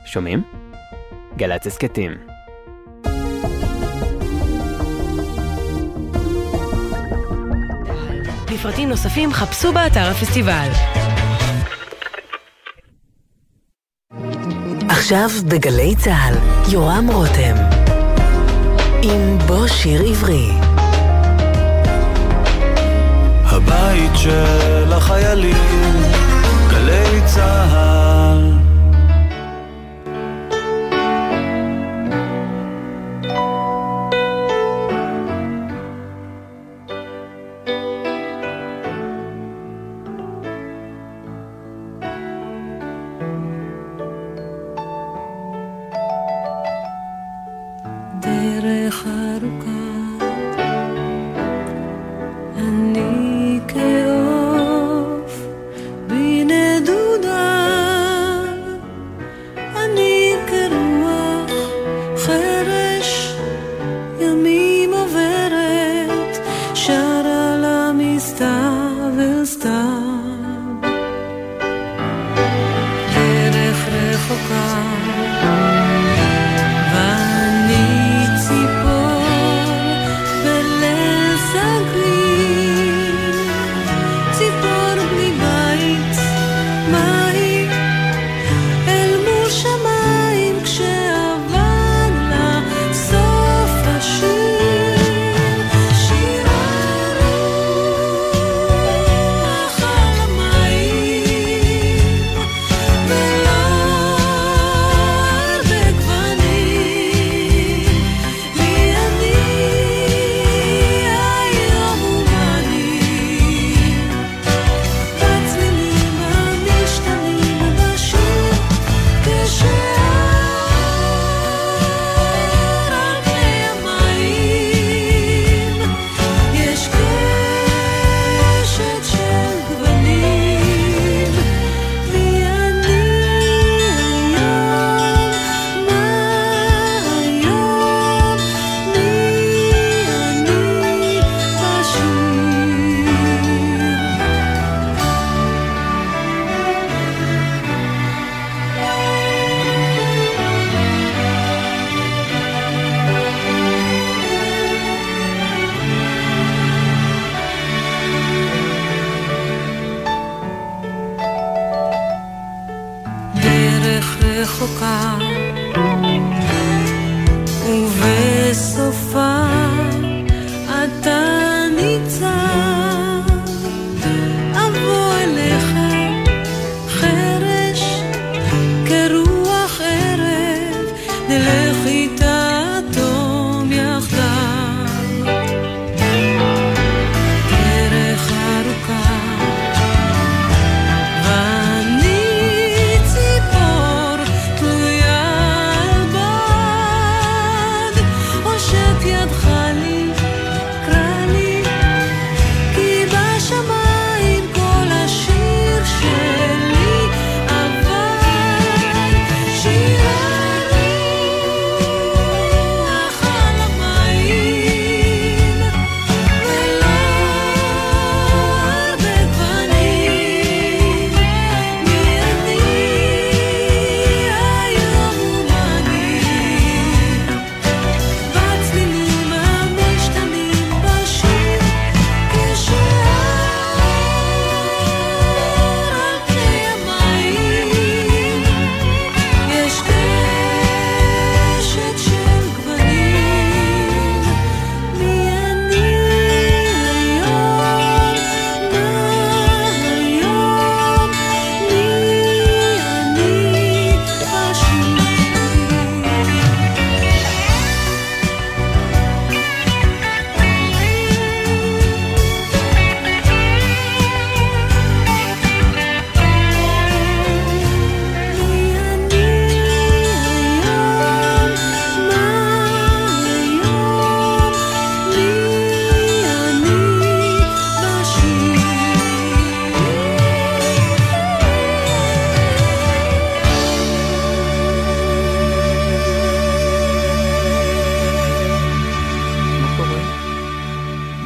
שומעים? גל"צ הסכתים. לפרטים נוספים חפשו באתר הפסטיבל. עכשיו בגלי צהל, יורם רותם עם בו שיר עברי. הבית של החיילים, גלי צהל. דרך ארוכה אני כאוף בנדודה, אני כרוח חרש ימים עוברת, שרה למסתיו אל סתיו. דרך רחוקה רחוקה ובסופה אתה ניצב, אבוא אליך חרש כרוח ערב, נלך איתה תום יחדיו. דרך ארוכה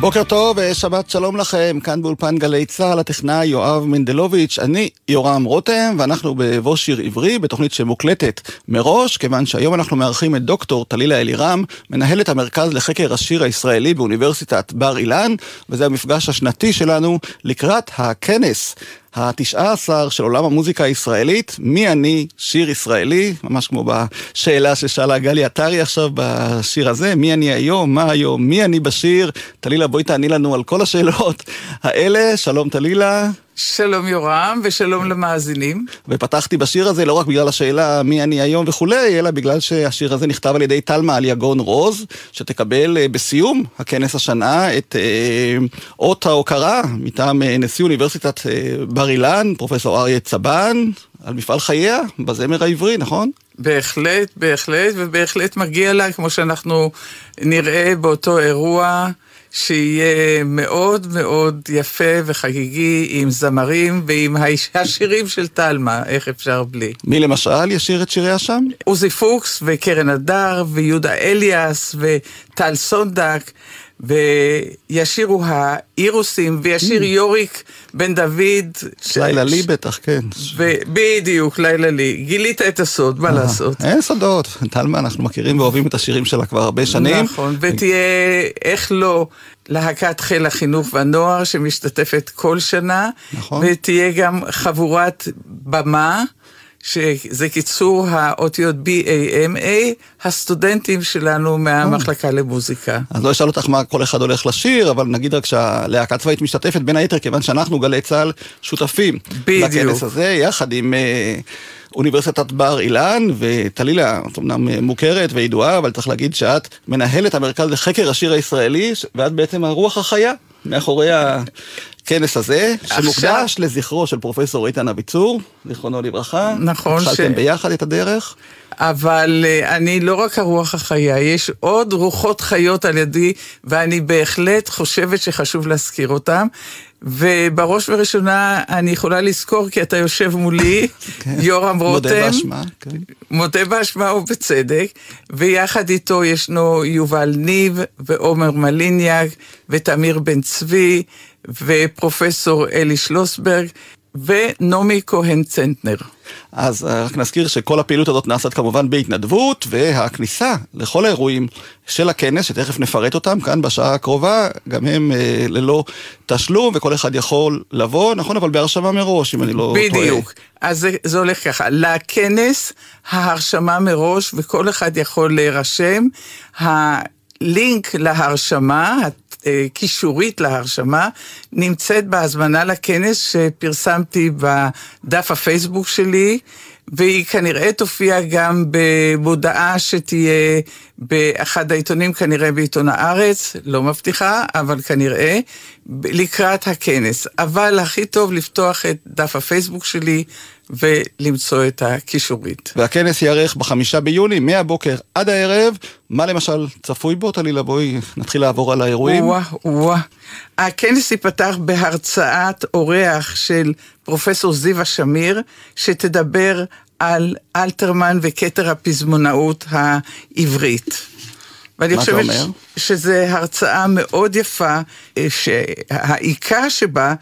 בוקר טוב, שבת שלום לכם, כאן באולפן גלי צהל, הטכנאי יואב מנדלוביץ', אני יורם רותם, ואנחנו בבוא שיר עברי, בתוכנית שמוקלטת מראש, כיוון שהיום אנחנו מארחים את דוקטור טלילה אלירם, מנהלת המרכז לחקר השיר הישראלי באוניברסיטת בר אילן, וזה המפגש השנתי שלנו לקראת הכנס ה-19 של עולם המוזיקה הישראלית, מי אני שיר ישראלי, ממש כמו בשאלה ששאלה גלי עטרי עכשיו בשיר הזה, מי אני היום, מה היום, מי אני בשיר. טלילה, בואי תעני לנו על כל השאלות האלה. שלום טלילה. שלום יורם ושלום למאזינים. ופתחתי בשיר הזה לא רק בגלל השאלה מי אני היום וכולי, אלא בגלל שהשיר הזה נכתב על ידי תלמה אליגון רוז, שתקבל בסיום הכנס השנה את אות ההוקרה מטעם נשיא אוניברסיטת בר אילן, פרופסור אריה צבן, על מפעל חייה בזמר העברי, נכון? בהחלט, בהחלט, ובהחלט מגיע לה, כמו שאנחנו נראה באותו אירוע, שיהיה מאוד מאוד יפה וחגיגי עם זמרים ועם השירים של תלמה, איך אפשר בלי. מי למשל ישיר את שיריה שם? עוזי פוקס וקרן הדר ויהודה אליאס וטל סונדק, וישירו האירוסים, וישיר יוריק בן דוד. לילה לי בטח, כן. בדיוק, לילה לי. גילית את הסוד, מה לעשות? אין סודות. תלמה, אנחנו מכירים ואוהבים את השירים שלה כבר הרבה שנים. נכון, ותהיה, איך לא, להקת חיל החינוך והנוער שמשתתפת כל שנה, נכון. ותהיה גם חבורת במה, שזה קיצור האותיות BAMA, הסטודנטים שלנו מהמחלקה למוזיקה. אז לא אשאל אותך מה כל אחד הולך לשיר, אבל נגיד רק שהלהקה צבאית משתתפת בין היתר, כיוון שאנחנו גלי צהל שותפים לכנס הזה, יחד עם אוניברסיטת בר אילן, וטלילה, את אמנם מוכרת וידועה, אבל צריך להגיד שאת מנהלת המרכז לחקר השיר הישראלי, ואת בעצם הרוח החיה מאחורי הכנס הזה, שמוקדש לזכרו של פרופסור איתן אביצור, זיכרונו לברכה. נכון. התחלתם ביחד את הדרך. אבל אני לא רק הרוח החיה, יש עוד רוחות חיות על ידי, ואני בהחלט חושבת שחשוב להזכיר אותם, ובראש וראשונה אני יכולה לזכור, כי אתה יושב מולי, יורם רותם. מודה באשמה. מודה באשמה ובצדק, ויחד איתו ישנו יובל ניב, ועומר מליניאק, ותמיר בן צבי, ופרופסור אלי שלוסברג, ונומי כהן צנטנר. אז רק נזכיר שכל הפעילות הזאת נעשית כמובן בהתנדבות, והכניסה לכל האירועים של הכנס, שתכף נפרט אותם כאן בשעה הקרובה, גם הם ללא תשלום, וכל אחד יכול לבוא, נכון, אבל בהרשמה מראש, אם אני לא טועה. בדיוק. אז זה הולך ככה, לכנס ההרשמה מראש, וכל אחד יכול להירשם, הלינק להרשמה, קישורית להרשמה, נמצאת בהזמנה לכנס שפרסמתי בדף הפייסבוק שלי, והיא כנראה תופיע גם במודעה שתהיה באחד העיתונים, כנראה בעיתון הארץ, לא מבטיחה, אבל כנראה, לקראת הכנס. אבל הכי טוב לפתוח את דף הפייסבוק שלי ולמצוא את הקישורית. והכנס יארך ב5 ביוני, מהבוקר עד הערב. מה למשל צפוי בו? טלילה, בואי נתחיל לעבור על האירועים. הכנס ייפתח בהרצאת אורח של פרופסור זיווה שמיר, שתדבר על אלתרמן וכתר הפזמונאות העברית. ואני חושבת שזה הרצאה מאוד יפה, שהעיקר שבה,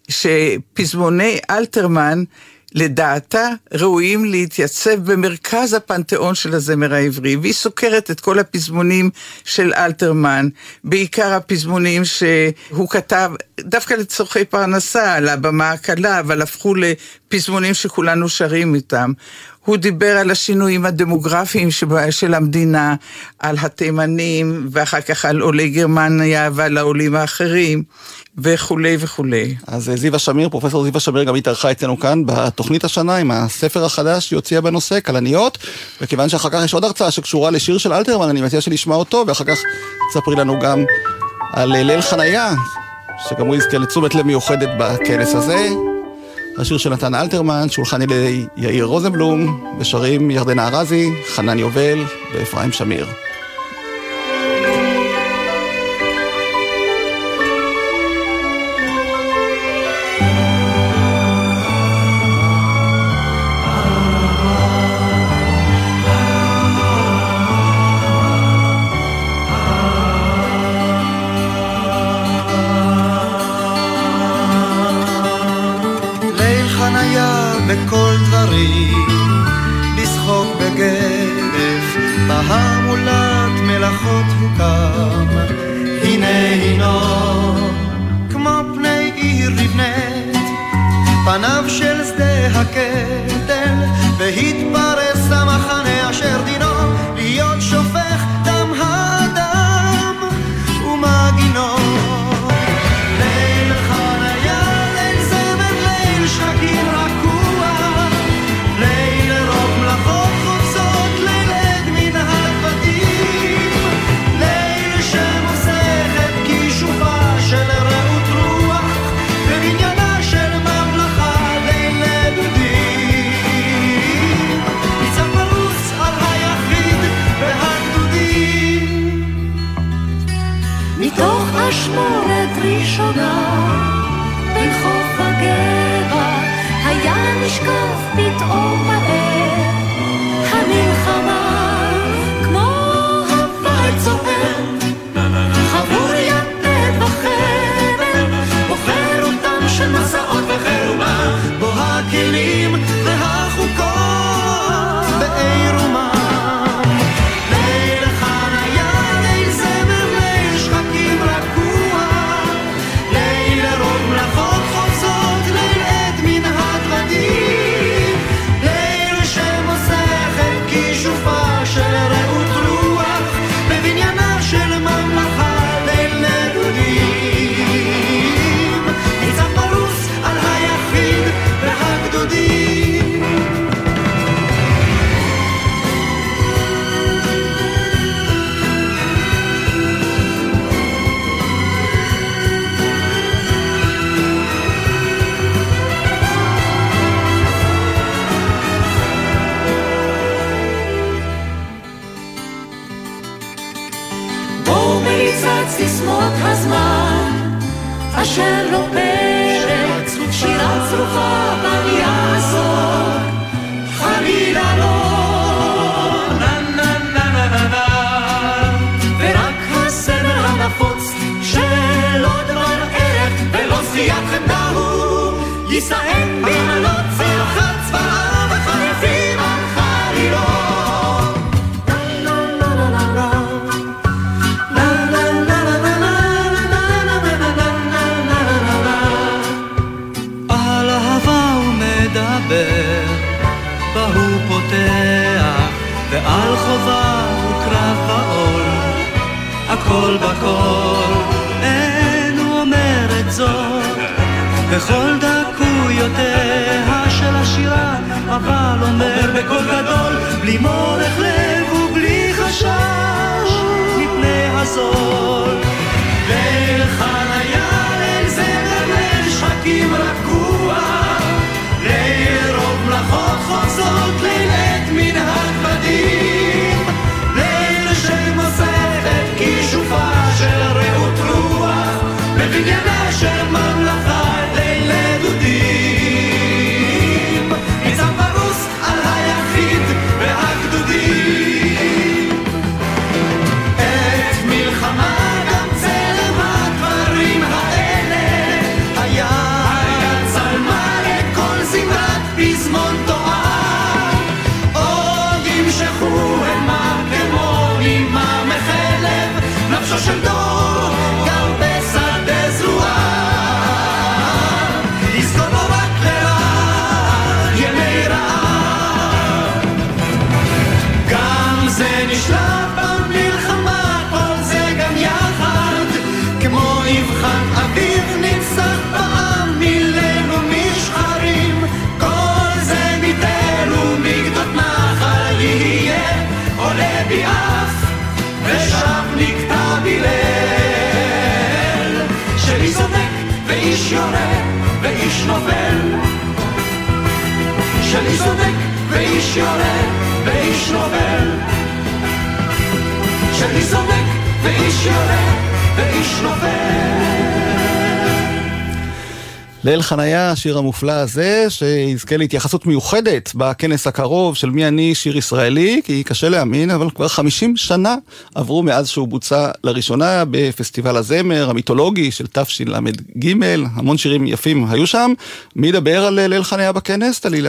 שפזמוני אלתרמן, לדעתה ראויים להתייצב במרכז הפנתיאון של הזמר העברי, והיא סוקרת את כל הפזמונים של אלתרמן, בעיקר הפזמונים שהוא כתב דווקא לצורכי פרנסה, על הבמה הקלה, אבל הפכו לפזמונים שכולנו שרים איתם. הוא דיבר על השינויים הדמוגרפיים של המדינה, על התימנים, ואחר כך על עולי גרמניה ועל העולים האחרים, וכולי וכולי. אז זיווה שמיר, פרופסור זיווה שמיר, גם התארחה אצלנו כאן בתוכנית השנה עם הספר החדש שיוצא בנושא, כלניות, וכיוון שאחר כך יש עוד הרצאה שקשורה לשיר של אלתרמן, אני מציע שנשמע אותו, ואחר כך תספרי לנו גם על ליל חניה, שגם הוא יזכה לתשומת לב מיוחדת בכנס הזה. השיר של נתן אלתרמן, שהולחן על ידי יאיר רוזנבלום, ושרים ירדנה ארזי, חנן יובל ואפרים שמיר. לפחות הוא קם. הנה הינו כמו פני עיר נבנית, פניו של שדה הקטל, והתפרס המחנה אשר דינו להיות שופך דם האדם ומגינו. ליל חניה, ליל זמר, ליל שחקים רכוע, ליל רוב מלאכות חופשות, ליל עד מן הדבטים, ליל שמוסכת כישופה של רעות רוח ובניינה של ממלכה, ליל נדודים ניצב פרוס על היחיד והגדודים. מתוך אשמורת ראשונה בין חוף הגבע היה נשקף פתאום מראה המלחמה כמו הוואי צוער, חבור יתד וחבל, בוחר אותם של מסעות וחירומה, בו הכלים והחוקות בעירומה. ליל חניה, ליל זמר, ליל שחקים רכוע, ליל רוב מלאכות חופשות, ליל עד מן הדבטים, ליל שמוסכת כישופה של רעות רוח בבניינה של ממלכה, ליל נדודים ניצב פרוס על היחיד והגדודים. בואו מריצת סיסמות הזמן אשר לא פרק, שירה צרופה בל יעזור, חלילה לא נה נה נה נה נה נה, ורק הסדר הנפוץ של עוד דבר ערך ולא זכיית חמדה הוא יסתיים בעלות צלחת צבאה וחריפים על חלילות. על אהבה הוא מדבר, בה הוא פותח, ועל חובה הוא קרב בעול, הכל בכל, אין הוא אומר את זאת, בכל דקויותיה של השירה, אבל אומר בקול גדול, בלי מורך לב ובלי חשש, מפני הזול. ליל חניה, ליל זמר, ליל שחקים רכוע, ליל רוב מלאכות חופשות, ליל עד מן הדבטים, ליל שמוסכת כישופה של רעות רוח בבניינה של ממלכה, ליל נדודים ניצב פרוס על היחיד והגדודים. עת מלחמה גם צלם הדברים האלה היה צלמה לכל זמרת פזמון תואר, עוד ימשכו המה כמו נימה מחלב, נפשו של דור גם בשדה זרועה, יזכור בו רק לרעה ימי רעה. גם זה נשלט במלחמה, כל זה גם יחד, כמו נבחן אביב נצח בעם מילנו משחרים, כל זה מתל ומגדות נחל יהיה עולה ביעף ושם נקטע בילל, שאיש צודק ואיש יורה ואיש נופל, שאיש צודק ואיש יורה ואיש נופל, שאיש צודק ואיש יורה ואיש נופל. ליל חניה, השיר המופלא הזה, שיזכה להתייחסות מיוחדת בכנס הקרוב של מי אני שיר ישראלי, כי קשה להאמין, אבל כבר 50 שנה עברו מאז שהוא בוצע לראשונה בפסטיבל הזמר המיתולוגי של תשל"ג, המון שירים יפים היו שם. מי ידבר על ליל חניה בכנס, תלילה?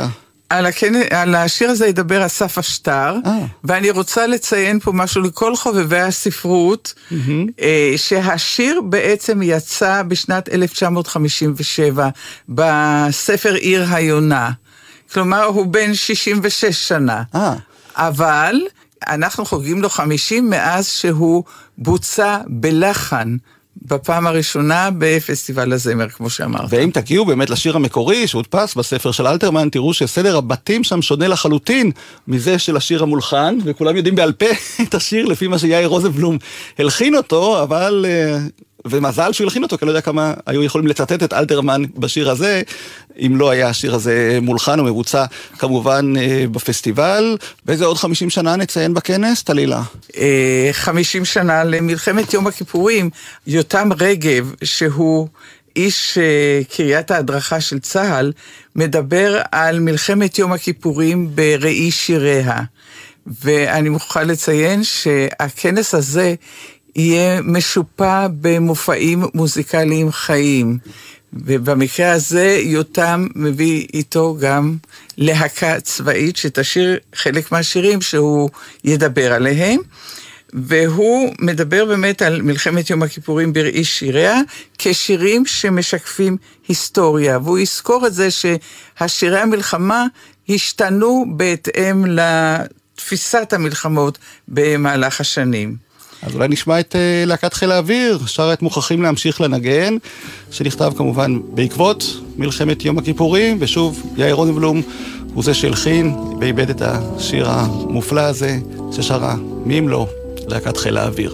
על השיר הזה ידבר אסף אשתר, ואני רוצה לציין פה משהו לכל חובבי הספרות, שהשיר בעצם יצא בשנת 1957 בספר עיר היונה. כלומר, הוא בן 66 שנה. אבל אנחנו חוגגים לו 50 מאז שהוא בוצע בלחן. בפעם הראשונה בפסטיבל הזמר, כמו שאמרת. ואם תגיעו באמת לשיר המקורי שהודפס בספר של אלתרמן, תראו שסדר הבתים שם שונה לחלוטין מזה של השיר המולחן, וכולם יודעים בעל פה את השיר לפי מה שיאיר רוזנבלום הלחין אותו, אבל... ומזל שהוא הלחין אותו, כי לא יודע כמה היו יכולים לצטט את אלתרמן בשיר הזה, אם לא היה השיר הזה מולחן ומבוצע כמובן בפסטיבל. ואיזה עוד 50 שנה נציין בכנס, תלילה? 50 שנה למלחמת יום הכיפורים, יותם רגב, שהוא איש קריית ההדרכה של צה"ל, מדבר על מלחמת יום הכיפורים בראי שיריה. ואני מוכרחה לציין שהכנס הזה יהיה משופע במופעים מוזיקליים חיים. ובמקרה הזה יותם מביא איתו גם להקה צבאית שתשיר חלק מהשירים שהוא ידבר עליהם. והוא מדבר באמת על מלחמת יום הכיפורים בראי שיריה, כשירים שמשקפים היסטוריה. והוא יזכור את זה שהשירי המלחמה השתנו בהתאם לתפיסת המלחמות במהלך השנים. אז אולי נשמע את להקת חיל האוויר, שרת מוכרחים להמשיך לנגן, שנכתב כמובן בעקבות מלחמת יום הכיפורים, ושוב, יאיר רוזנבלום הוא זה שהלחין ואיבד את השיר המופלא הזה, ששרה מי אם לא להקת חיל האוויר.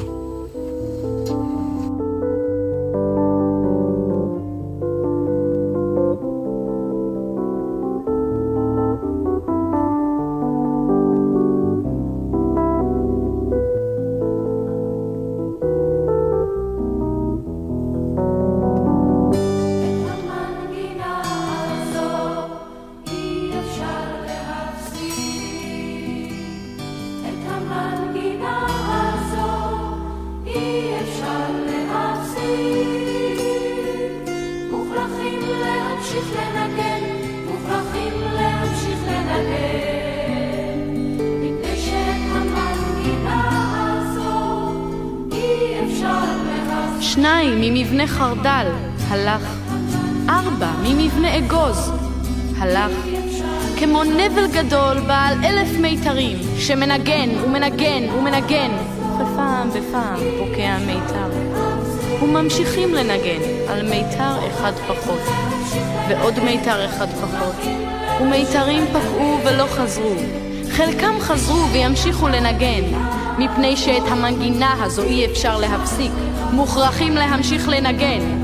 שניים ממבנה חרדל, הלך. 4 ממבנה אגוז, הלך. כמו נבל גדול בעל 1000 מיתרים, שמנגן ומנגן ומנגן, ופעם בפעם פוקע מיתר. וממשיכים לנגן על מיתר אחד פחות, ועוד מיתר אחד פחות. ומיתרים פקעו ולא חזרו. חלקם חזרו וימשיכו לנגן, מפני שאת המנגינה הזו אי אפשר להפסיק. מוכרחים להמשיך לנגן.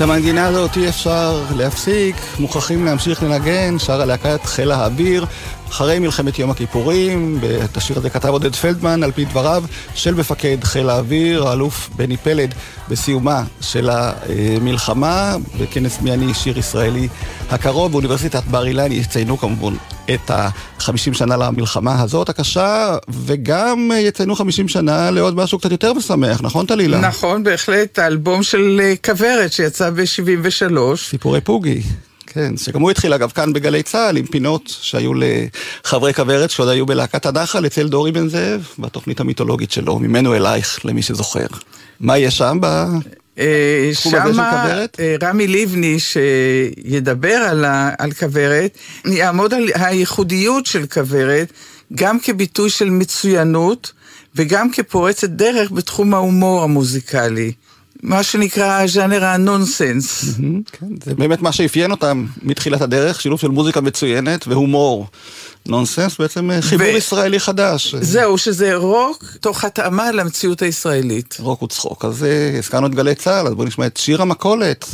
המנגינה הזאת אי אפשר להפסיק, מוכרחים להמשיך לנגן, שרה להקת חיל האוויר, אחרי מלחמת יום הכיפורים, את השיר הזה כתב עודד פלדמן על פי דבריו של מפקד חיל האוויר, האלוף בני פלד, בסיומה של המלחמה, בכנס מיאני שיר ישראלי הקרוב, באוניברסיטת בר אילן יציינו כמובן את ה-50 שנה למלחמה הזאת הקשה, וגם יציינו 50 שנה לעוד משהו קצת יותר משמח, נכון תלילה? נכון, בהחלט, האלבום של כברת שיצא ב-73. סיפורי פוגי. כן, שגם הוא התחיל אגב כאן בגלי צהל עם פינות שהיו לחברי כברת שעוד היו בלהקת הנחל אצל דורי בן זאב בתוכנית המיתולוגית שלו, ממנו אלייך למי שזוכר. מה יש שם בתחום הזה של כברת? רמי לבני שידבר על כברת, יעמוד על הייחודיות של כברת גם כביטוי של מצוינות וגם כפורצת דרך בתחום ההומור המוזיקלי. מה שנקרא ז'אנר הנונסנס. כן, זה באמת מה שהפיין אותם מתחילת הדרך, שילוב של מוזיקה מצוינת והומור. נונסנס בעצם חיבור ישראלי חדש. זהו, שזה רוק תוך התאמה למציאות הישראלית. רוק וצחוק. אז הזכרנו את גלי צהל, אז בואו נשמע את שיר המכולת.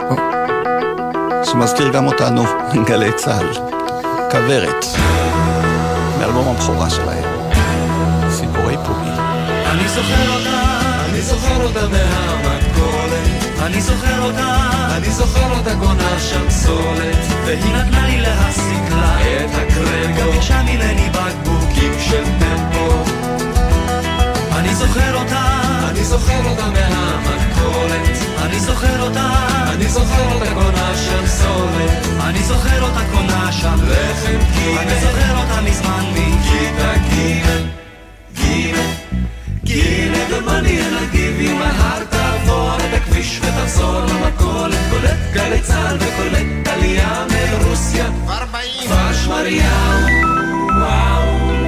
שמזכיר גם אותנו, גלי צהל. כברת. מאלבום הבכורה שלהם. סיפורי פוגי. אני זוכר אותה, אני זוכר אותה מהמכולת, אני זוכר אותה, אני זוכר אותה קונה שם סולת, והיא נתנה לי להסיק לה את הקרמבו, גם ביקשה ממני בקבוקים של טמפו. אני זוכר אותה, אני זוכר אותה מהמכולת, אני זוכר אותה, אני זוכר אותה קונה שם סולת, אני זוכר אותה קונה שם לחם גימל, אני זוכר אותה מזמן מכיתה גימל, גימל גילה דמני אל give you my heart תעבור את הכביש ותחזור למכולת, קולט גלי צהל וקולט עלייה מרוסיה כפר שמריהו. וואו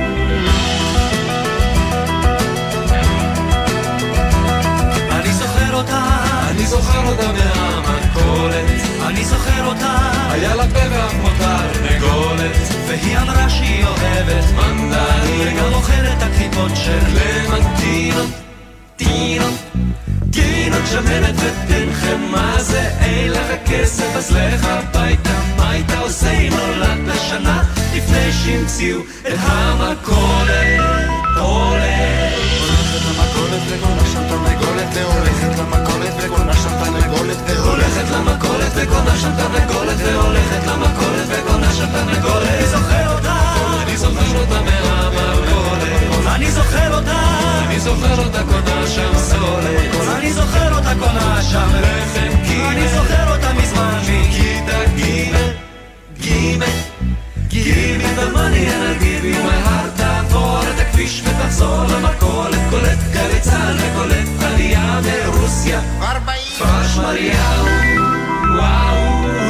אני זוכר אותה, אני זוכר אותה מהמכולת, אני זוכר אותה, היה לה פה ואחמותה נגולת, והיא אמרה שהיא אוהבת מנדל וגם אוכלת הקליפות של למנטינות, טינות, טינות שמנת ותנחם. מה זה אין לך כסף אז לך הביתה, מה היית עושה אם נולד בשנה לפני שהמציאו את המכולת? הולכת למכולת וקונה שם תרנגולת, והולכת למכולת וקונה שם תרנגולת, והולכת למכולת וקונה שם תרנגולת, והולכת למכולת וקונה שם תרנגולת. אני זוכר אותה, אני זוכר אותה מהמכולת, אני זוכר אותה, אני זוכר אותה קונה שם סולת, אני זוכר אותה קונה שם לחם גימל, אני זוכר אותה מזמן מכיתה גימל, גימל גימל במאני and I'll give you my heart תעבור את הכביש ותחזור למכולת, קולט גלי צהל וקולט עלייה מרוסיה כפר שמריהו. וואו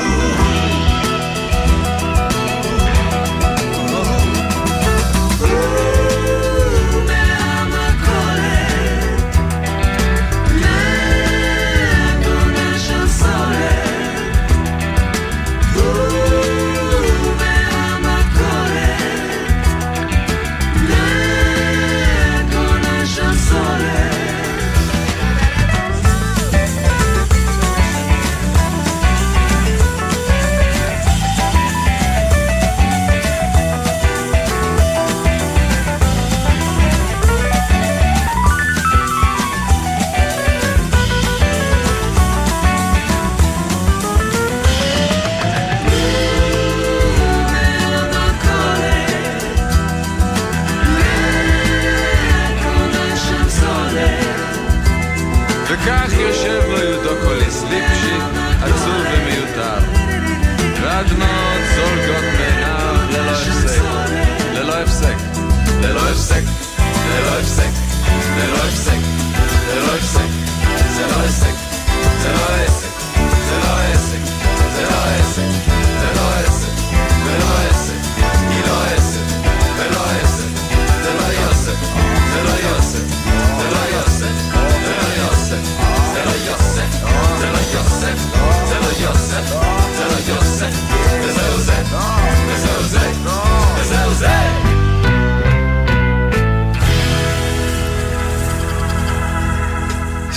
וכך יושב לו יודוקוליס ליפשיט עצוב ומיותר, והדמעות זולגות מעיניו ללא הפסק, ללא הפסק, ללא הפסק, ללא הפסק, ללא הפסק, ללא הפסק. זה לא עסק, זה לא עסק, זה לא עסק, זה לא עסק, זה לא עסק, זה לא עסק, היא לא עסק, ולא עסק, זה לא יוסף, זה לא יוסף, זה לא יוסף, זה לא יוסף, זה לא יוסף, זה לא יוסף, זה לא יוסף, זה לא יוסף, וזהו זה, וזהו זה, וזהו זה.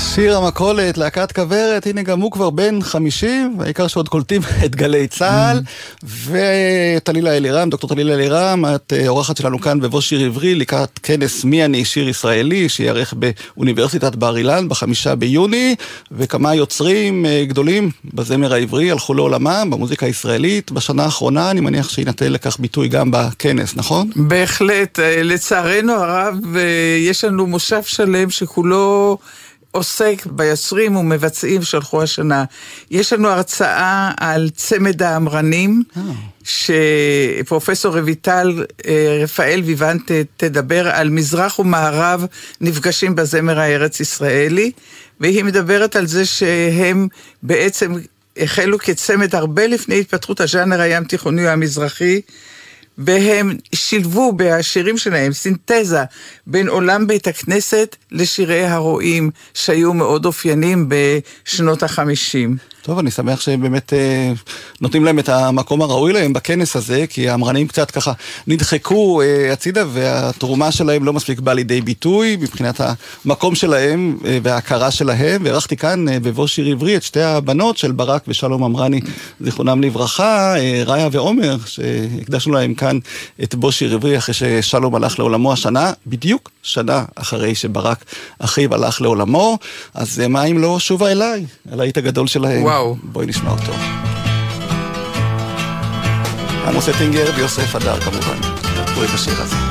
שיר המכולת, להקת כוורת, הנה גם הוא כבר בן 50, והעיקר שעוד קולטים את גלי צהל, ותלילה אלירם, דוקטור תלילה אלירם, את אורחת שלנו כאן בבוא שיר עברי, לקראת כנס מי אני שיר ישראלי, שיערך באוניברסיטת בר אילן ב5 ביוני, וכמה יוצרים גדולים בזמר העברי הלכו לעולמם, במוזיקה הישראלית, בשנה האחרונה, אני מניח שינתן לכך ביטוי גם בכנס, נכון? בהחלט, לצערנו הרב, יש לנו מושב שלם שכולו עוסק ביוצרים ומבצעים שהלכו השנה. יש לנו הרצאה על צמד האמרנים, שפרופסור רויטל רפאל ויוונט תדבר על מזרח ומערב נפגשים בזמר הארץ ישראלי, והיא מדברת על זה שהם בעצם החלו כצמד הרבה לפני התפתחות הז'אנר הים תיכוני המזרחי, והם שילבו בשירים שלהם סינתזה בין עולם בית הכנסת לשירי הרועים שהיו מאוד אופיינים בשנות ה-50. טוב, אני שמח שהם באמת נותנים להם את המקום הראוי להם בכנס הזה, כי האמרנים קצת ככה נדחקו הצידה, והתרומה שלהם לא מספיק באה לידי ביטוי, מבחינת המקום שלהם וההכרה שלהם, וערכתי כאן בבוא שיר עברי את שתי הבנות של ברק ושלום אמרני, זיכרונם לברכה, ראיה ועומר, שהקדשנו להם כאן את בוא שיר עברי, אחרי ששלום הלך לעולמו השנה, בדיוק שנה אחרי שברק אחיו הלך לעולמו, אז מה אם לא שובה אליי, הלהיט הגדול שלהם. וואו. בואי נשמע אותו. עמוס אטינגר ויוסף אדר כמובן. קורא את השיר הזה.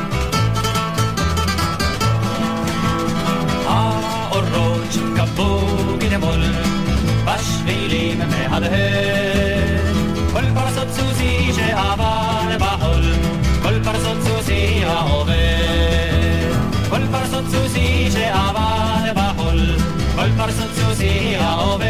האורות שקבו גדמול בשבילים מהדהד כל פרסות סוסי שעבר בחול כל פרסות סוסי העובד כל פרסות סוסי שעבר בחול כל פרסות סוסי העובד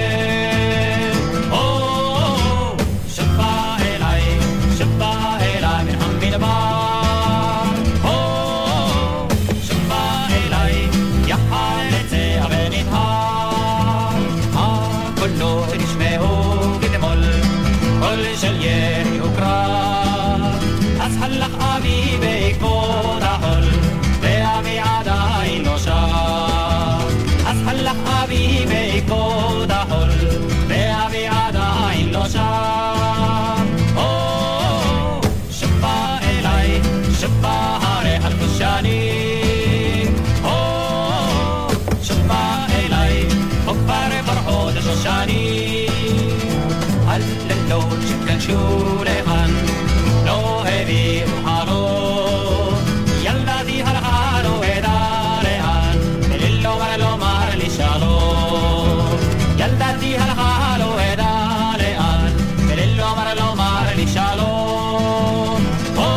שולחן לא הביאו הלום ילדתי הלכה לא ידע לאן ולא לומר לי שלום ילדתי הלכה לא ידע לאן ולא לומר לי שלום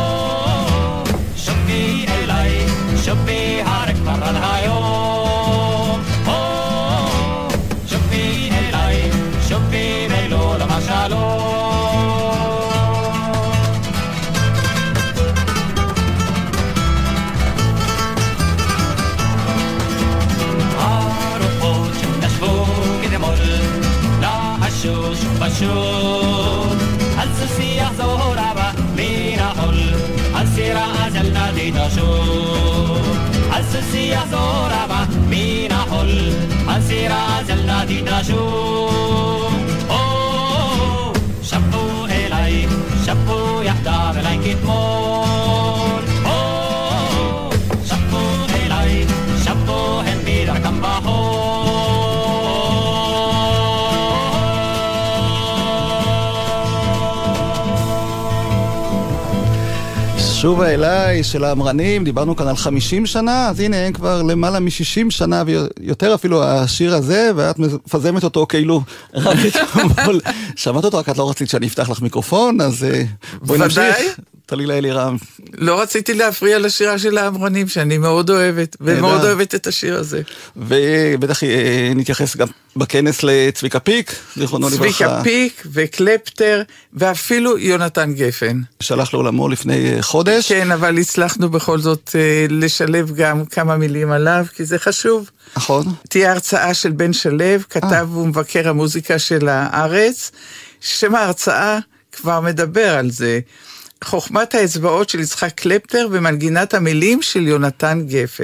שובי אליי שובי הרק כבר על היום שובי אליי שובי ולא לומר שלום פשוט על סוסי יחזור הבא מן החול על סירה אזלנה תתעשור על סוסי יחזור הבא מן החול על סירה אזלנה תתעשור שבו אליי שבו יחדיו אליי כתמול שבו אליי שבו הם בדרכם בחול שובה אליי של האמרנים, דיברנו כאן על 50 שנה, אז הנה הם כבר למעלה מ-60 שנה ויותר אפילו השיר הזה, ואת מפזמת אותו כאילו רק אתמול. שמעת אותו, רק את לא רצית שאני אפתח לך מיקרופון, אז בואי נמשיך. תלילה אלירם. לא רציתי להפריע לשירה של האמרנים, שאני מאוד אוהבת, ומאוד אוהבת את השיר הזה. ובטח נתייחס גם בכנס לצביקה פיק, זיכרונו לברכה. צביקה פיק וקלפטר, ואפילו יונתן גפן. שלח לעולמו לפני חודש. כן, אבל הצלחנו בכל זאת לשלב גם כמה מילים עליו, כי זה חשוב. נכון. תהיה הרצאה של בן שלב, כתב ומבקר המוזיקה של הארץ, שם ההרצאה כבר מדבר על זה. חוכמת האצבעות של יצחק קלפטר ומנגינת המילים של יונתן גפן.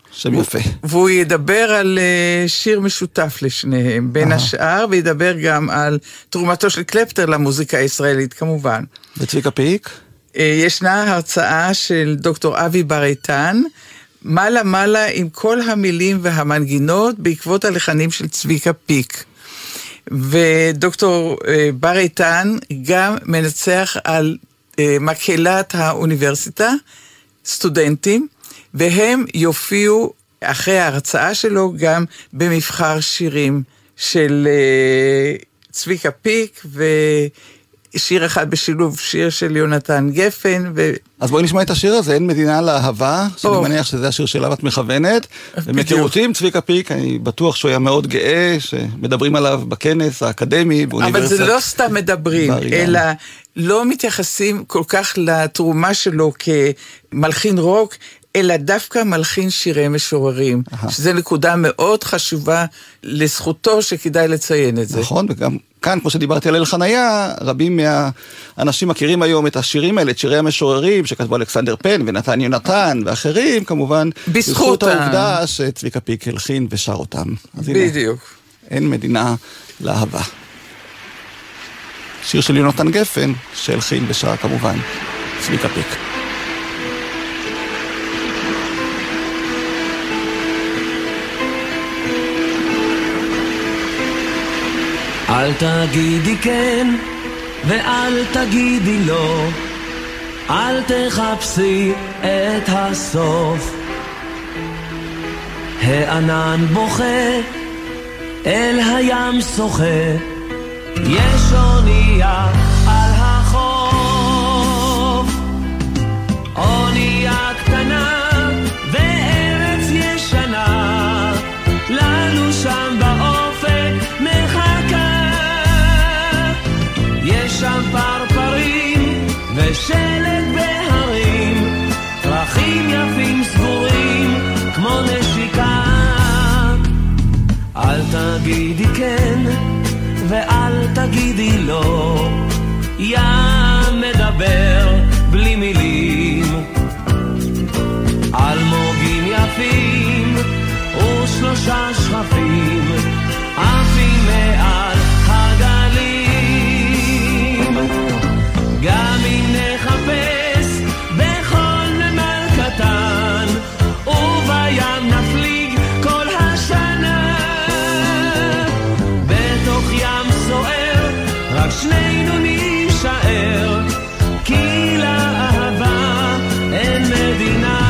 שם יפה. והוא ידבר על שיר משותף לשניהם, בין השאר, וידבר גם על תרומתו של קלפטר למוזיקה הישראלית, כמובן. וצביקה פיק? ישנה הרצאה של דוקטור אבי בר איתן, מעלה מעלה עם כל המילים והמנגינות, בעקבות הלחנים של צביקה פיק. ודוקטור בר איתן גם מנצח על מקהלת האוניברסיטה, סטודנטים, והם יופיעו אחרי ההרצאה שלו גם במבחר שירים של צביקה פיק, ושיר אחד בשילוב שיר של יונתן גפן. אז בואי נשמע את השיר הזה, אין מדינה לאהבה, שאני מניח שזה השיר שאליו את מכוונת. ומכירותי עם צביקה פיק, אני בטוח שהוא היה מאוד גאה, שמדברים עליו בכנס האקדמי, באוניברסיטת. אבל זה לא סתם מדברים, אלא לא מתייחסים כל כך לתרומה שלו כמלחין רוק, אלא דווקא מלחין שירי משוררים, שזה נקודה מאוד חשובה לזכותו שכדאי לציין את זה. נכון, וגם כאן, כמו שדיברתי על אל חניה, רבים מהאנשים מכירים היום את השירים האלה, את שירי המשוררים, שכתבו אלכסנדר פן ונתן יונתן ואחרים, כמובן, בזכות העובדה שצביקה פיק הלחין ושר אותם. בדיוק. אין מדינה לאהבה. שיר של יונתן גפן, שהלחין ושר כמובן צביקה פיק. אל תגידי כן ואל תגידי לא, אל תחפשי את הסוף. הענן בוכה, אל הים שוחה, יש אונייה על החוף. אונייה קטנה וארץ ישנה, לנו שם באופק מחכה. יש שם פרפרים ושלג בהרים, פרחים יפים סגורים כמו נשיקה. אל תגידי כן ואל תגידי לא, ים מדבר בלי מילים, אלמוגים יפים ושלושה שכפים עפים מעל הגלים. גם אם נחפש בכל נמל קטן ובים נפליג כל השנה, בתוך ים סוער רק שנינו נשאר, כי לאהבה אין מדינה.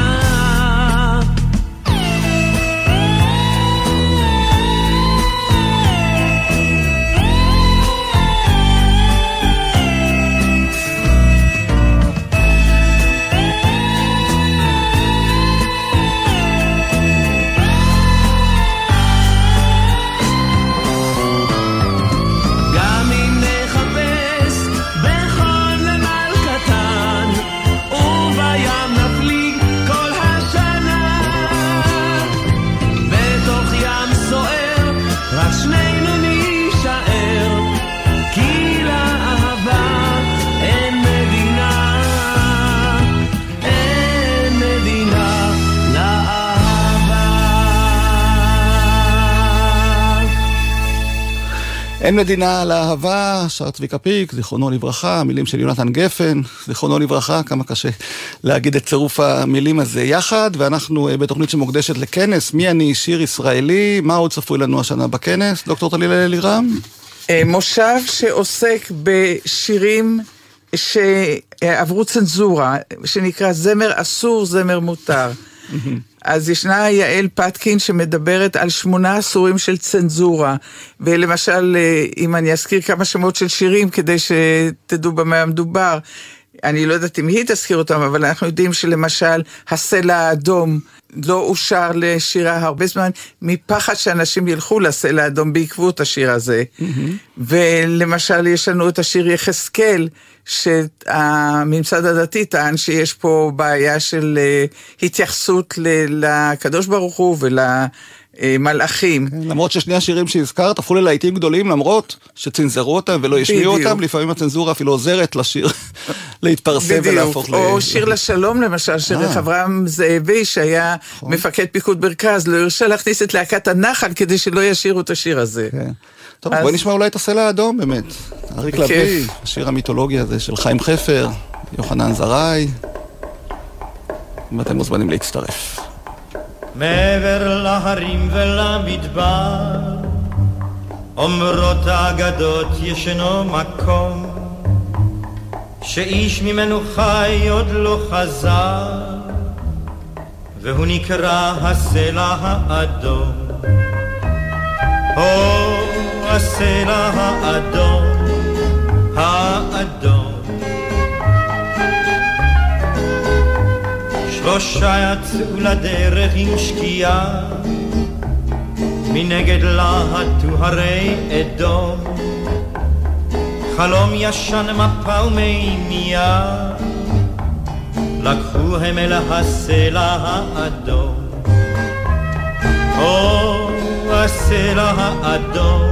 אין מדינה לאהבה, שר צביקה פיק, זיכרונו לברכה, מילים של יונתן גפן, זיכרונו לברכה, כמה קשה להגיד את צירוף המילים הזה יחד, ואנחנו בתוכנית שמוקדשת לכנס, מי אני שיר ישראלי, מה עוד צפוי לנו השנה בכנס, דוקטור טלילה אלירם? מושב שעוסק בשירים שעברו צנזורה, שנקרא זמר אסור, זמר מותר. אז ישנה יעל פטקין שמדברת על 8 עשורים של צנזורה, ולמשל, אם אני אזכיר כמה שמות של שירים כדי שתדעו במה מדובר, אני לא יודעת אם היא תזכיר אותם, אבל אנחנו יודעים שלמשל, הסלע האדום לא אושר לשירה הרבה זמן, מפחד שאנשים ילכו לסלע האדום בעקבות השיר הזה. ולמשל, יש לנו את השיר יחזקאל, שהממסד הדתי טען שיש פה בעיה של התייחסות לקדוש ברוך הוא מלאכים. למרות ששני השירים שהזכרת הפכו ללהיטים גדולים, למרות שצנזרו אותם ולא השמיעו אותם, לפעמים הצנזורה אפילו עוזרת לשיר להתפרסם ולהפוך או שיר לשלום למשל, של אברהם זאבי, שהיה מפקד פיקוד מרכז, לא הרשה להכניס את להקת הנחל כדי שלא ישירו את השיר הזה. טוב, בואי נשמע אולי את הסלע האדום באמת. אריק לביא, השיר המיתולוגי הזה של חיים חפר, יוחנן זרעי, ואתם מוזמנים להצטרף. מעבר להרים ולמדבר, אומרות האגדות ישנו מקום, שאיש ממנו חי עוד לא חזר, והוא נקרא הסלע האדום. הסלע האדום, האדום. שלושה יצאו לדרך עם שקיעה, מנגד להטו הרי אדום. חלום ישן מפה ומימיה, לקחו הם אל הסלע האדום. הסלע האדום,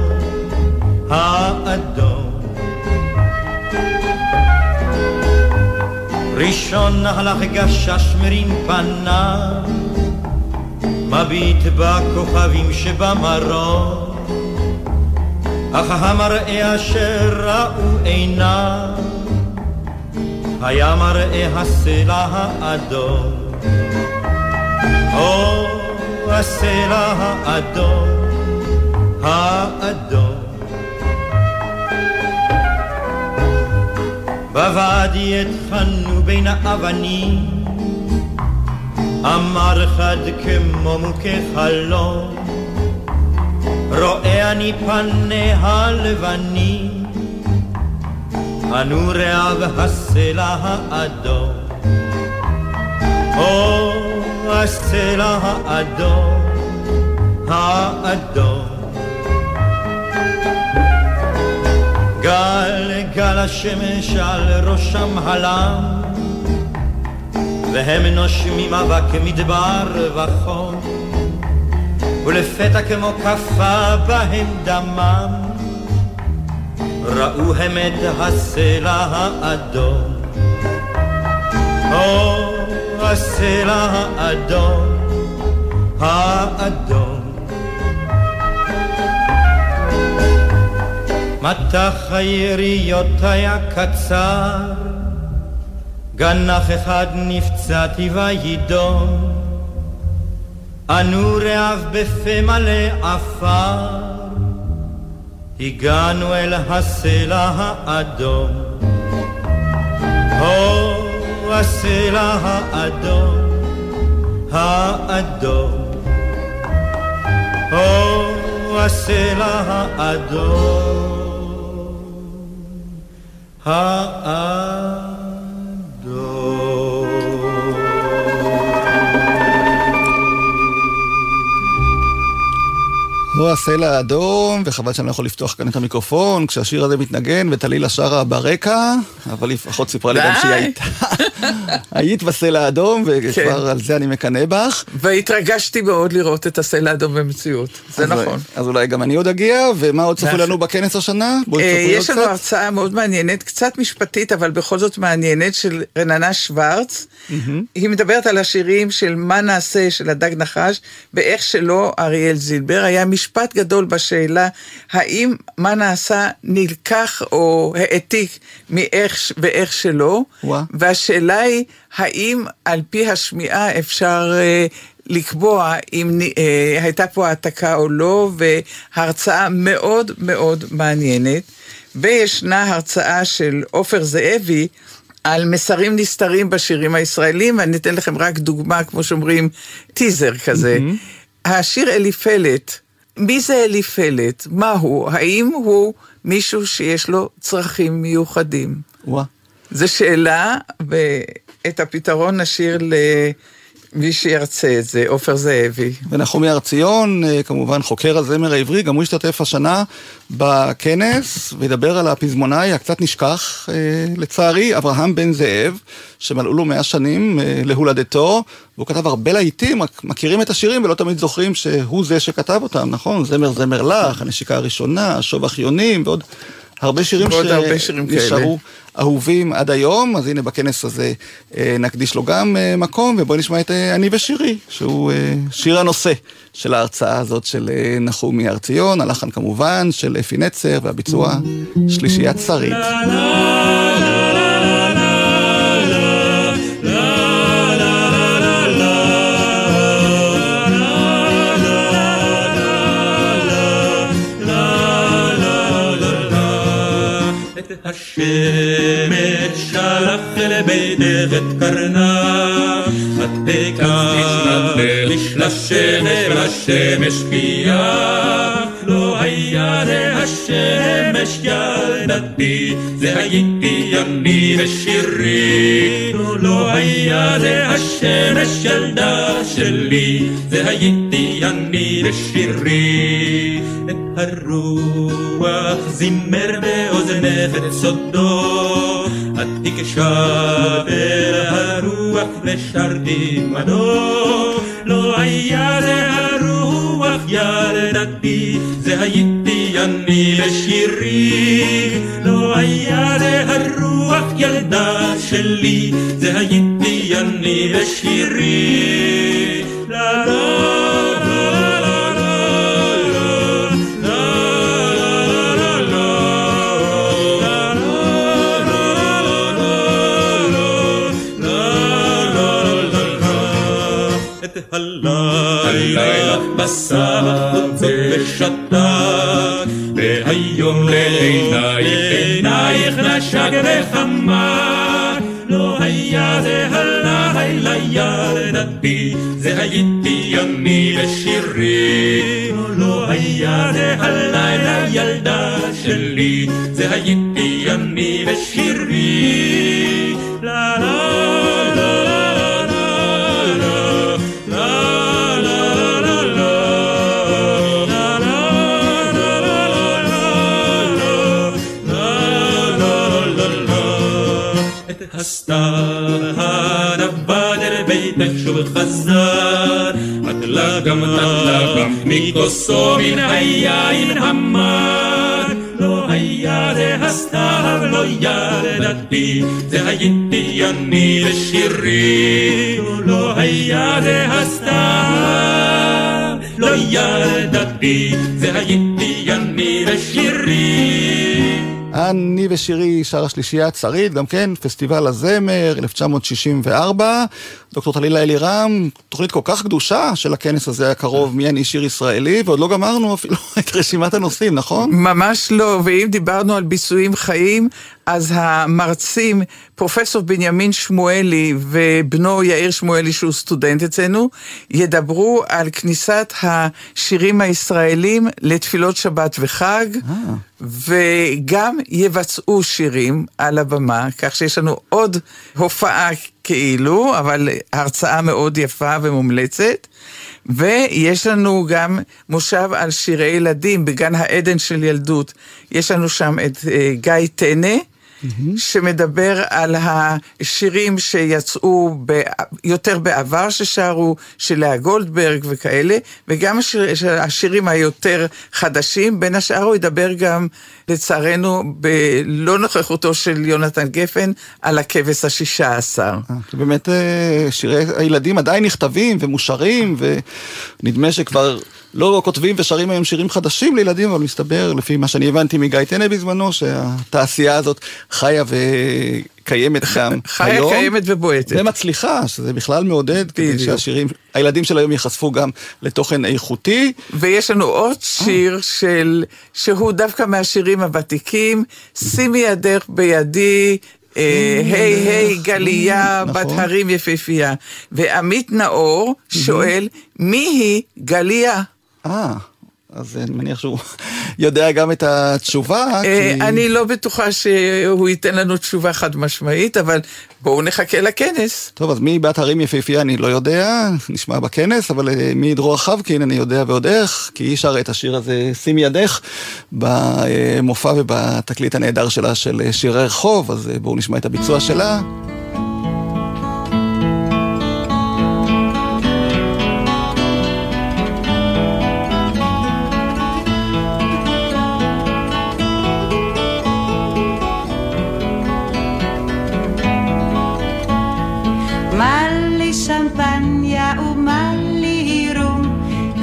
האדום. ראשון הלך גשש מרים פניו, מביט בכוכבים שבמרום, אך המראה אשר ראו עיניו היה מראה הסלע האדום. הסלע האדום, האדום. בוואדי התחנו בין האבנים, אמר אחד כמו מוכה חלום, רואה אני פניה הלבנים, אנו רעב הסלע האדום. הסלע האדום, האדום. גל גל השמש על ראשם הלם, והם נושמים אבק מדבר וחום, ולפתע כמו כפה בהם דמם, ראו הם את הסלע האדום. הסלע האדום, האדום. מטח היריות היה קצר, גנח אחד נפצעתי וידום, אנו רעב בפה מלא עפר, הגענו אל הסלע האדום. הסלע האדום, האדום. הסלע האדום, האדום. הוא הסלע האדום, וחבל שאני לא יכול לפתוח כאן את המיקרופון כשהשיר הזה מתנגן וטלילה שרה ברקע, אבל לפחות סיפרה לי גם שהיא הייתה. היית בסלע האדום, וכבר על זה אני מקנא בך. והתרגשתי מאוד לראות את הסלע האדום במציאות, זה נכון. אז אולי גם אני עוד אגיע, ומה עוד צפו לנו בכנס השנה? יש לנו הרצאה מאוד מעניינת, קצת משפטית, אבל בכל זאת מעניינת, של רננה שוורץ. היא מדברת על השירים של מה נעשה של הדג נחש, ואיך שלא אריאל זילבר. היה משפט גדול בשאלה, האם מה נעשה נלקח או העתיק מאיך ואיך שלא, והשאלה היא, האם על פי השמיעה אפשר לקבוע אם הייתה פה העתקה או לא, והרצאה מאוד מאוד מעניינת. וישנה הרצאה של עופר זאבי, על מסרים נסתרים בשירים הישראלים, ואני אתן לכם רק דוגמה, כמו שאומרים, טיזר כזה. השיר אליפלת, מי זה אליפלת? מה הוא? האם הוא מישהו שיש לו צרכים מיוחדים? זו שאלה, ואת הפתרון נשאיר מי שירצה את זה, עופר זאבי. ונחומי הר-ציון, כמובן חוקר הזמר העברי, גם הוא השתתף השנה בכנס, וידבר על הפזמונאי הקצת נשכח, לצערי, אברהם בן זאב, שמלאו לו 100 שנים להולדתו, והוא כתב הרבה להיטים, מכירים את השירים ולא תמיד זוכרים שהוא זה שכתב אותם, נכון? זמר זמר לך, הנשיקה הראשונה, שוב אחיונים, ועוד הרבה שירים שנשארו אהובים עד היום. אז הנה בכנס הזה נקדיש לו גם מקום, ובואי נשמע את אני ושירי, שהוא שיר הנושא של ההרצאה הזאת של נחומי הר-ציון, הלחן כמובן של אפי נצר, והביצוע שלישיית שרית. השמש שלח לביתך את קרנה, את תתנדלש לשמש לשמש קיח, לא היה זה השמש ילדתי, זה הייתי אני ושירי, לא היה זה השמש ילדה שלי, זה הייתי אני ושירי. את הרוח זימר באוזנך את סודו, את תקשה אל הרוח ושרתי מנו, לא היה זה הרוח ילדתי, זה הייתי אני ושירי, לא היה זה הרוח ילדה שלי, זה הייתי אני ושירי. לה לה הלילה בסך ושתק, והיום לעינייך נשק וחמק, לא היה זה הלילה ילדתי, זה הייתי אני ושירי, לא היה זה הלילה ילדה שלי, זה הייתי אני ושירי. לה לה הסתר הנבד אל ביתך שוב חזר, תתלה גם מכוסו מן היין המר, לא היה זה הסתר לא ילדתי, זה הייתי אני ושירי, לא היה זה הסתר לא ילדתי, זה הייתי אני ושירי. אני ושירי, שר השלישיית שרית, גם כן פסטיבל הזמר 1964. דוקטור טלילה אלירם, תוכנית כל כך קדושה של הכנס הזה הקרוב, מי אני שיר ישראלי, ועוד לא גמרנו אפילו את רשימת הנושאים, נכון? ממש לא, ואם דיברנו על ביצועים חיים, אז המרצים, פרופסור בנימין שמואלי ובנו יאיר שמואלי, שהוא סטודנט אצלנו, ידברו על כניסת השירים הישראלים לתפילות שבת וחג, וגם יבצעו שירים על הבמה, כך שיש לנו עוד הופעה כאילו, אבל הרצאה מאוד יפה ומומלצת, ויש לנו גם מושב על שירי ילדים בגן העדן של ילדות. יש לנו שם את גיא טנא, שמדבר על השירים שיצאו יותר בעבר ששרו, של לאה גולדברג וכאלה, וגם השירים היותר חדשים. בין השאר הוא ידבר גם, לצערנו, בלא נוכחותו של יונתן גפן, על הכבש ה-16. באמת שירי הילדים עדיין נכתבים ומושרים, ונדמה שכבר לא כותבים ושרים היום שירים חדשים לילדים, אבל מסתבר, לפי מה שאני הבנתי מגיא טנא בזמנו, שהתעשייה הזאת חיה וקיימת גם היום. חיה, קיימת ובועטת. ומצליחה, שזה בכלל מעודד, כדי שהשירים, הילדים של היום ייחשפו גם לתוכן איכותי. ויש לנו עוד שיר שהוא דווקא מהשירים הוותיקים, שימי ידך בידי, היי גליה, בת הרים יפהפייה. ועמית נאור שואל, מי היא גליה? אז אני מניח שהוא יודע גם את התשובה. אני לא בטוחה שהוא ייתן לנו תשובה חד משמעית, אבל בואו נחכה לכנס. טוב, אז מי בת הרים יפהפייה אני לא יודע, נשמע בכנס, אבל מי דרור חבקין אני יודע ועוד איך, כי היא שרה את השיר הזה שימי ידך במופע ובתקליט הנהדר שלה של שירי רחוב, אז בואו נשמע את הביצוע שלה. שמפניה ומלי רום,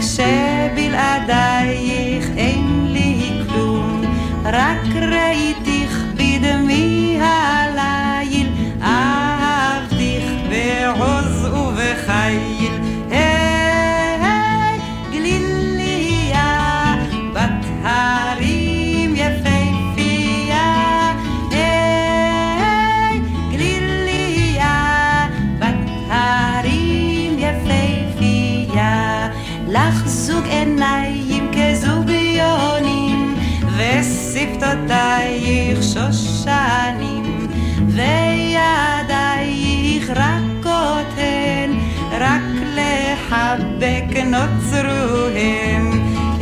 כשבלעדייך אין לי כלום, רק ראיתיך בדמי הליל, אהבתיך בעוז ובחיל. היי גליליה בת הרים יפהפייה, היי גליליה בת הרים יפהפייה, לך זוג עיניים כזוג יונים, ושפתותייך שושנים, וידייך רכות הן, רק לחבק נוצרוהן.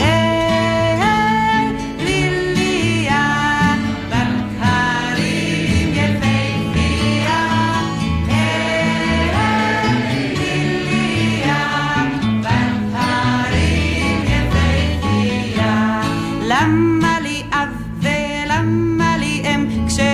למה לי אב ולמה לי אם,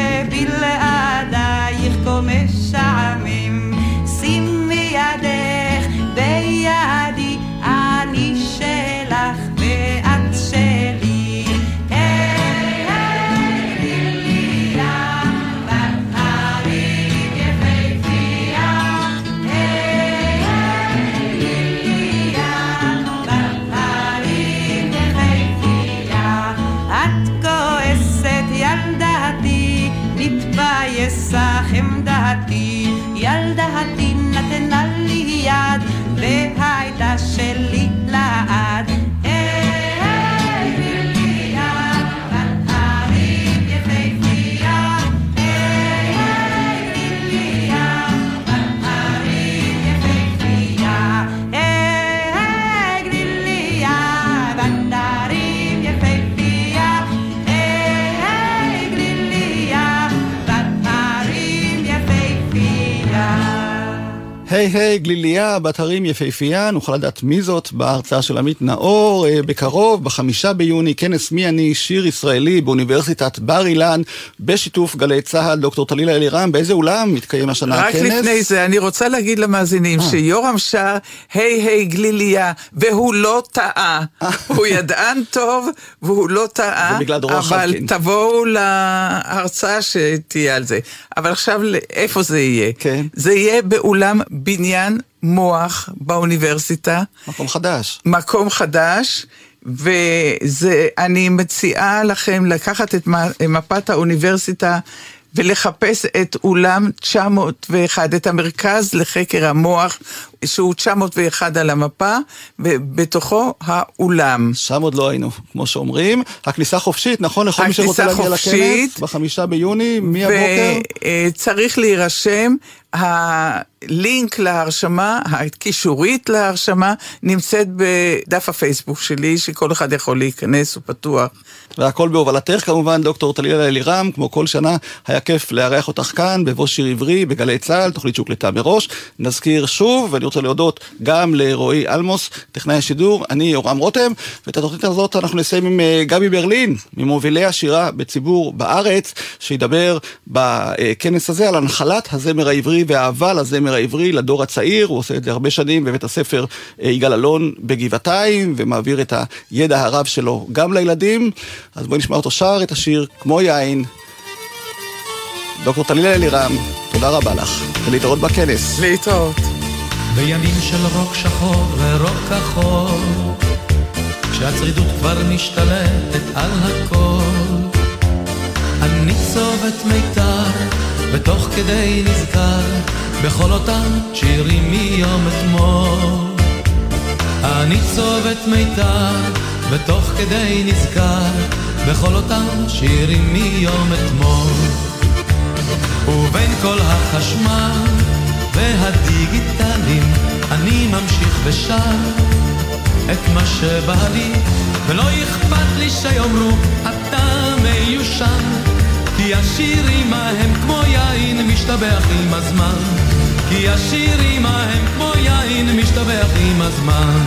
כשבלעדייך כה משעמם, שימי ידך בידי, אני שלך ואת שלי. היי היי גליליה בת הרים יפהפייה, היי היי גליליה בת הרים יפהפייה, את כועסת ילדתי, נתבייסה חמדתי, ילדתי נתנה לי יד, והייתה שלי לעד. היי גליליה בת הרים יפהפייה, היי היי גליליה בת הרים יפהפייה, היי היי גליליה בת הרים יפהפייה, היי היי גליליה בת הרים יפהפייה. היי היי גליליה בת הרים יפהפייה, נוכל לדעת מי זאת בהרצאה של עמית נאור בקרוב, ב5 ביוני, כנס מי אני, שיר ישראלי באוניברסיטת בר אילן, בשיתוף גלי צהל. דוקטור טלילה אלירם, באיזה אולם מתקיים השנה הכנס? רק לפני זה, אני רוצה להגיד למאזינים שיורם שר היי היי גליליה, והוא לא טעה. הוא ידען טוב, והוא לא טעה, אבל תבואו להרצאה שתהיה על זה. אבל עכשיו, איפה זה יהיה? זה יהיה באולם בניין מוח באוניברסיטה. מקום חדש. מקום חדש, ואני מציעה לכם לקחת את מפת האוניברסיטה ולחפש את אולם 901, את המרכז לחקר המוח, שהוא 901 על המפה, ובתוכו האולם. שם עוד לא היינו, כמו שאומרים. הכניסה חופשית, נכון? לכל מי שרוצה להגיע לכנס, ב5 ביוני, מי הבוקר? וצריך להירשם, הלינק להרשמה, הקישורית להרשמה, נמצאת בדף הפייסבוק שלי, שכל אחד יכול להיכנס, הוא פתוח. והכל בהובלתך, כמובן, דוקטור טלילה אלירם, כמו כל שנה, היה כיף לארח אותך כאן, בבוש שיר עברי, בגלי צהל, תוכנית שהוקלטה מראש. נזכיר שוב, ואני רוצה להודות גם לרועי אלמוס, טכנאי השידור, אני יורם רותם, ואת התוכנית הזאת אנחנו נסיים עם גבי ברלין, ממובילי השירה בציבור בארץ, שידבר בכנס הזה על הנחלת הזמר העברי והאהבה לזמר העברי לדור הצעיר. הוא עושה את זה הרבה שנים בבית הספר יגאל אלון בגבעתיים, ומעביר את הידע הרב שלו גם לילדים. אז בואי נשמע אותו שר את השיר כמו יין. דוקטור טלילה אלירם, תודה רבה לך, ולהתראות בכנס. להתראות. בימים של רוק שחור ורוק כחול, כשהצרידות כבר משתלטת על הכל, אני צובת מיתר ותוך כדי נזכר בכל אותם שירים מיום אתמול. אני צובת מיתר ותוך כדי נזכר בכל אותם שירים מיום אתמול, ובין כל החשמל והדיגיטלים אני ממשיך ושר את מה שבא לי, ולא אכפת לי שיאמרו אתה מיושן, כי השירים ההם כמו יין משתבח עם הזמן, כי השירים ההם כמו יין משתבח עם הזמן.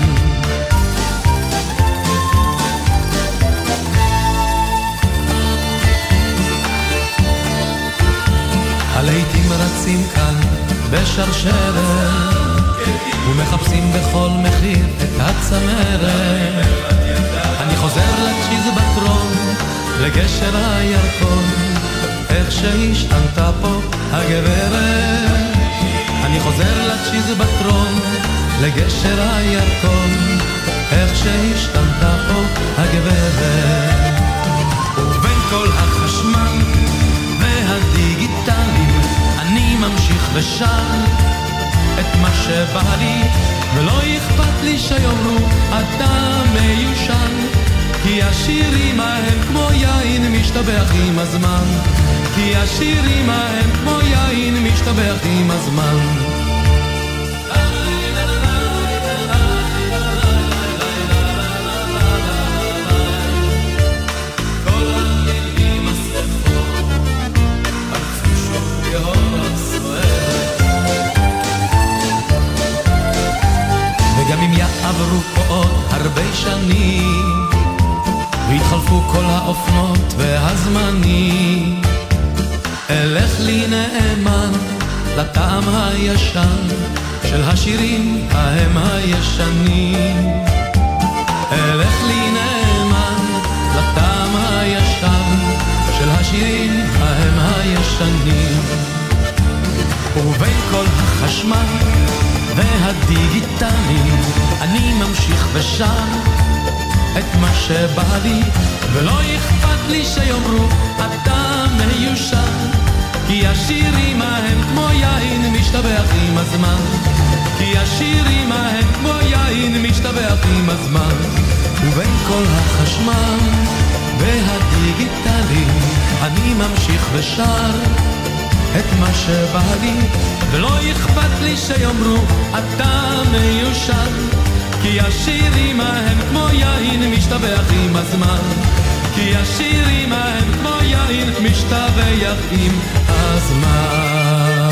הלהיטים רצים כאן בשרשרת ומחפשים בכל מחיר את הצמרת, אני חוזר לצ'יזבטרון, לגשר הירקון, איך שהשתנתה פה הגברת, אני חוזר לצ'יזבטרון, לגשר הירקון, איך שהשתנתה פה הגברת, ובין כל החשמל והדיגיטלים אני ממשיך ושר את מה שבא לי, ולא אכפת לי שיאמרו אתה מיושן, כי השירים ההם כמו יין משתבח עם הזמן, כי השירים ההם כמו יין משתבח עם הזמן. וגם אם יעברו פה עוד הרבה שנים והתחלפו כל האופנות והזמנים, אלך לי נאמן לטעם הישן של השירים ההם הישנים, אלך לי נאמן לטעם הישן של השירים ההם הישנים, ובין כל החשמל והדיגיטלים אני ממשיך ושר את מה שבא לי, ולא אכפת לי שיאמרו אתה מיושן, כי השירים ההם כמו יין משתבח עם הזמן, כי השירים ההם כמו יין משתבח עם הזמן, ובין כל החשמל והדיגיטלים אני ממשיך ושר את מה שבא לי, ולא אכפת לי שיאמרו אתה מיושן, כי השירים ההם כמו יין משתבח עם הזמן, כי השירים ההם כמו יין משתבח עם הזמן.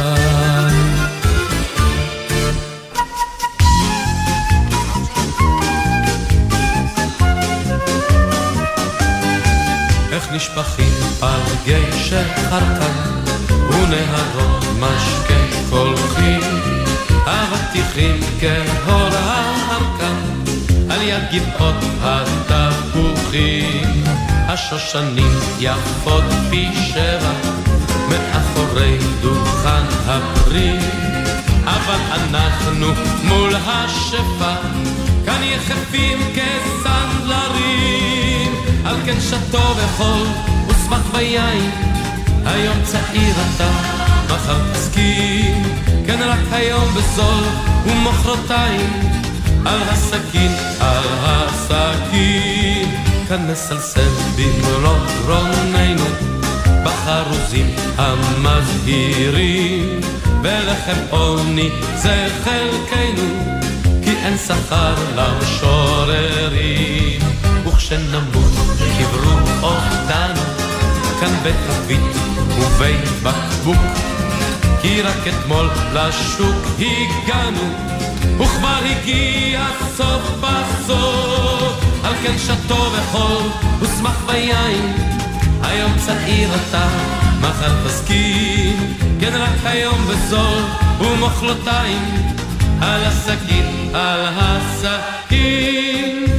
איך נשפכים פלגי שחרקן ונהרות משקה קולחים, אבטיחים כהור ההרקן על יד גבעות התפוחים, השושנים יפות פי שבע מאחורי דוכן הפרי, אבל אנחנו מול השפע כאן יחפים כסנדלרים, על כן שתו וחול ושמח ביין, היום צעיר אתה מחר תסכים, כן רק היום בזול ומחרתיים על הסכין, על הסכין, כאן נסלסל במרוב רוננו בחרוזים המזהירים, ולחם עוני זה חלקנו, כי אין שכר למשוררים, וכשנמות קברו אותנו כאן בחבית ובית בקבוק, כי רק אתמול לשוק הגענו וכבר הגיע סוף בסוף, על כן שתו וחול ושמח ביין, היום צעיר אתה מחר תסכים, כן רק היום בזול ומחרתיים על הסכין, על הסכין.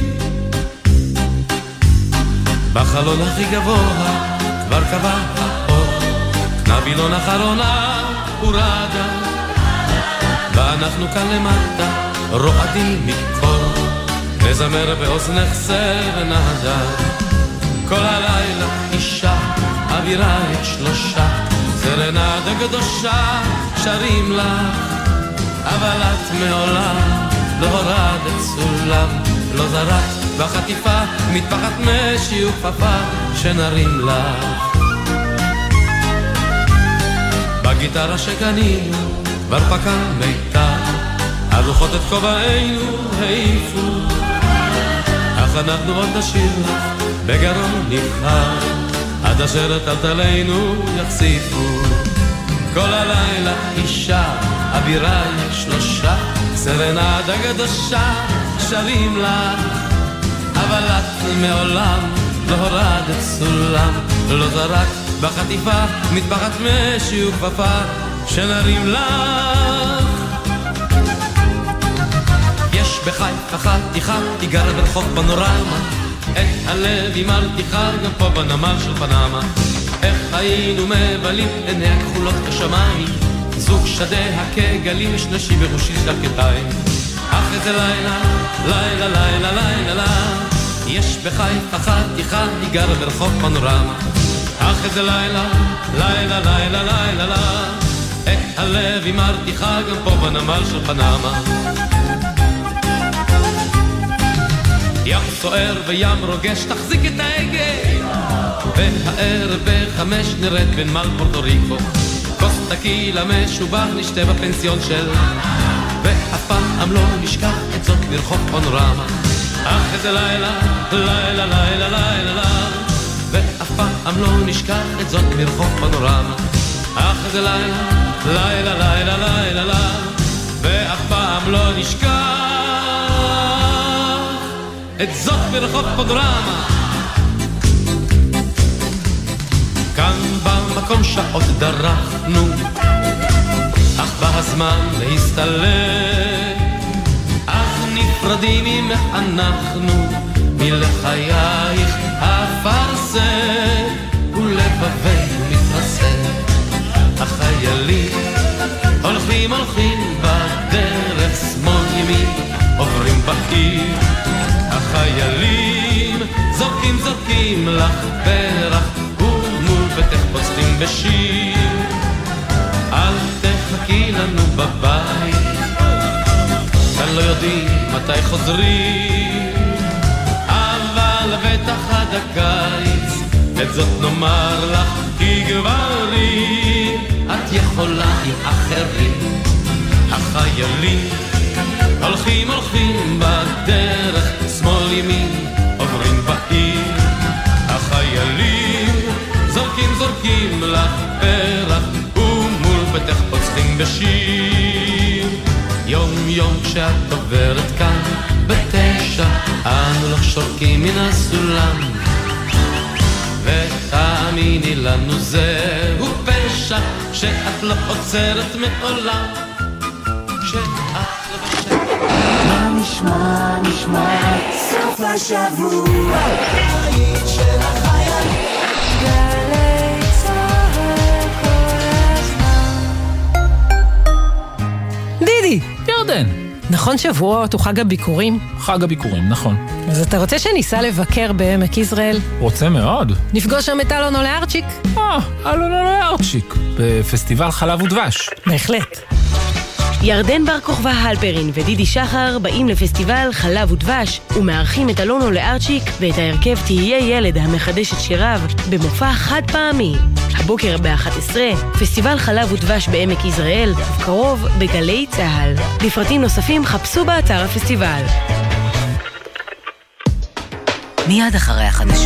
בחלון הכי גבוה כבר קבע האור, נבילון אחרונה הורדה, ואנחנו כאן למטה רועדים מקור, נזמר באוזנך סרנדה, כל הלילה אישה אווירה את שלושה, סרנדה קדושה שרים לך, אבל את מעולם לא הורד את סולם, לא זרק בחטיפה מטפחת משי וכפפה שנרים לך. בגיטרה שקנינו כבר פקע מיתר, הרוחות את כובענו העיפו, אך אנחנו עוד נשאיר לך בגרון נבחר, עד אשר את טלטלינו יחשיפו. כל הלילה אישה, אבירה שלושה, סרנדה קדושה שרים לך, אבל את מעולם לא הורדת סולם, לא זרק בחטיפה מטפחת משי וכפפה שנרים לך. יש בחיפה חתיכה, תיגר ברחוב פנורמה, את הלב ימלתיך גם פה בנמל של פנמה. איך היינו מבלים עיני הכחולות כשמיים, זוג שדה כגלים שנשי בראשי של כתיים. אך איזה לילה, לילה, לילה, לילה, לילה, יש בחיפה חתיכה, תיגר ברחוב פנורמה. אך איזה לילה, לילה, לילה, לילה, לילה, את הלב ימרתיך גם פה בנמל של פנמה. ים סוער וים רוגש, תחזיק את ההגה, והערב בחמש נרד בנמל פורטוריקו, כוס טקילה משובח נשתה בפנסיון של, ואף פעם לא נשכח את זאת ברחוב פנורמה. אך איזה לילה, לילה, לילה, לילה, לילה, ואף פעם לא נשכח את זאת ברחוב פנורמה. אך איזה לילה, לילה, לילה, לילה, לילה, ואף פעם לא נשכח את זאת ברחוב פנורמה. כאן במקום שעות דרכנו, אך בא הזמן להסתלק, אך נפרדים ממך אנחנו, מלחייך הפרסק, ולבבינו מתרסק. החיילים הולכים הולכים בדרך, שמאל ימין עוברים בעיר, החיילים זורקים זורקים לך פרח, ומול ביתך פוסטים בשיר. אל תחכי לנו בבית, כאן לא יודעים מתי חוזרים, אבל בטח עד הקיץ את זאת נאמר לך, כי גברים את יכולה עם אחרים. החיילים הולכים הולכים בדרך, שמאל ימין עוברים בעיר, החיילים זורקים זורקים לך פרח, ומול ביתך פוצחים בשיר. יום יום כשאת עוברת כאן בתשע, אנו לך שורקים מן הסולם, ותאמיני לנו זהו פשע שאת לא עוצרת מעולם, מה נשמע, נשמע סוף השבוע, בית של החיילים, גלי צהל כל הזמן. דידי! ירדן! נכון שבועות הוא חג הביקורים? חג הביקורים, נכון. אז אתה רוצה שניסע לבקר בעמק יזרעאל? רוצה מאוד. נפגוש שם את אלונו לארצ'יק? אלונו לארצ'יק, בפסטיבל חלב ודבש. בהחלט. ירדן בר כוכבא הלפרין ודידי שחר באים לפסטיבל חלב ודבש ומארחים את אלונו לארצ'יק ואת ההרכב תהיה ילד המחדש את שיריו במופע חד פעמי. הבוקר ב-11, פסטיבל חלב ודבש בעמק יזרעאל, קרוב בגלי צהל. לפרטים נוספים חפשו באתר הפסטיבל. מיד אחרי החדשות.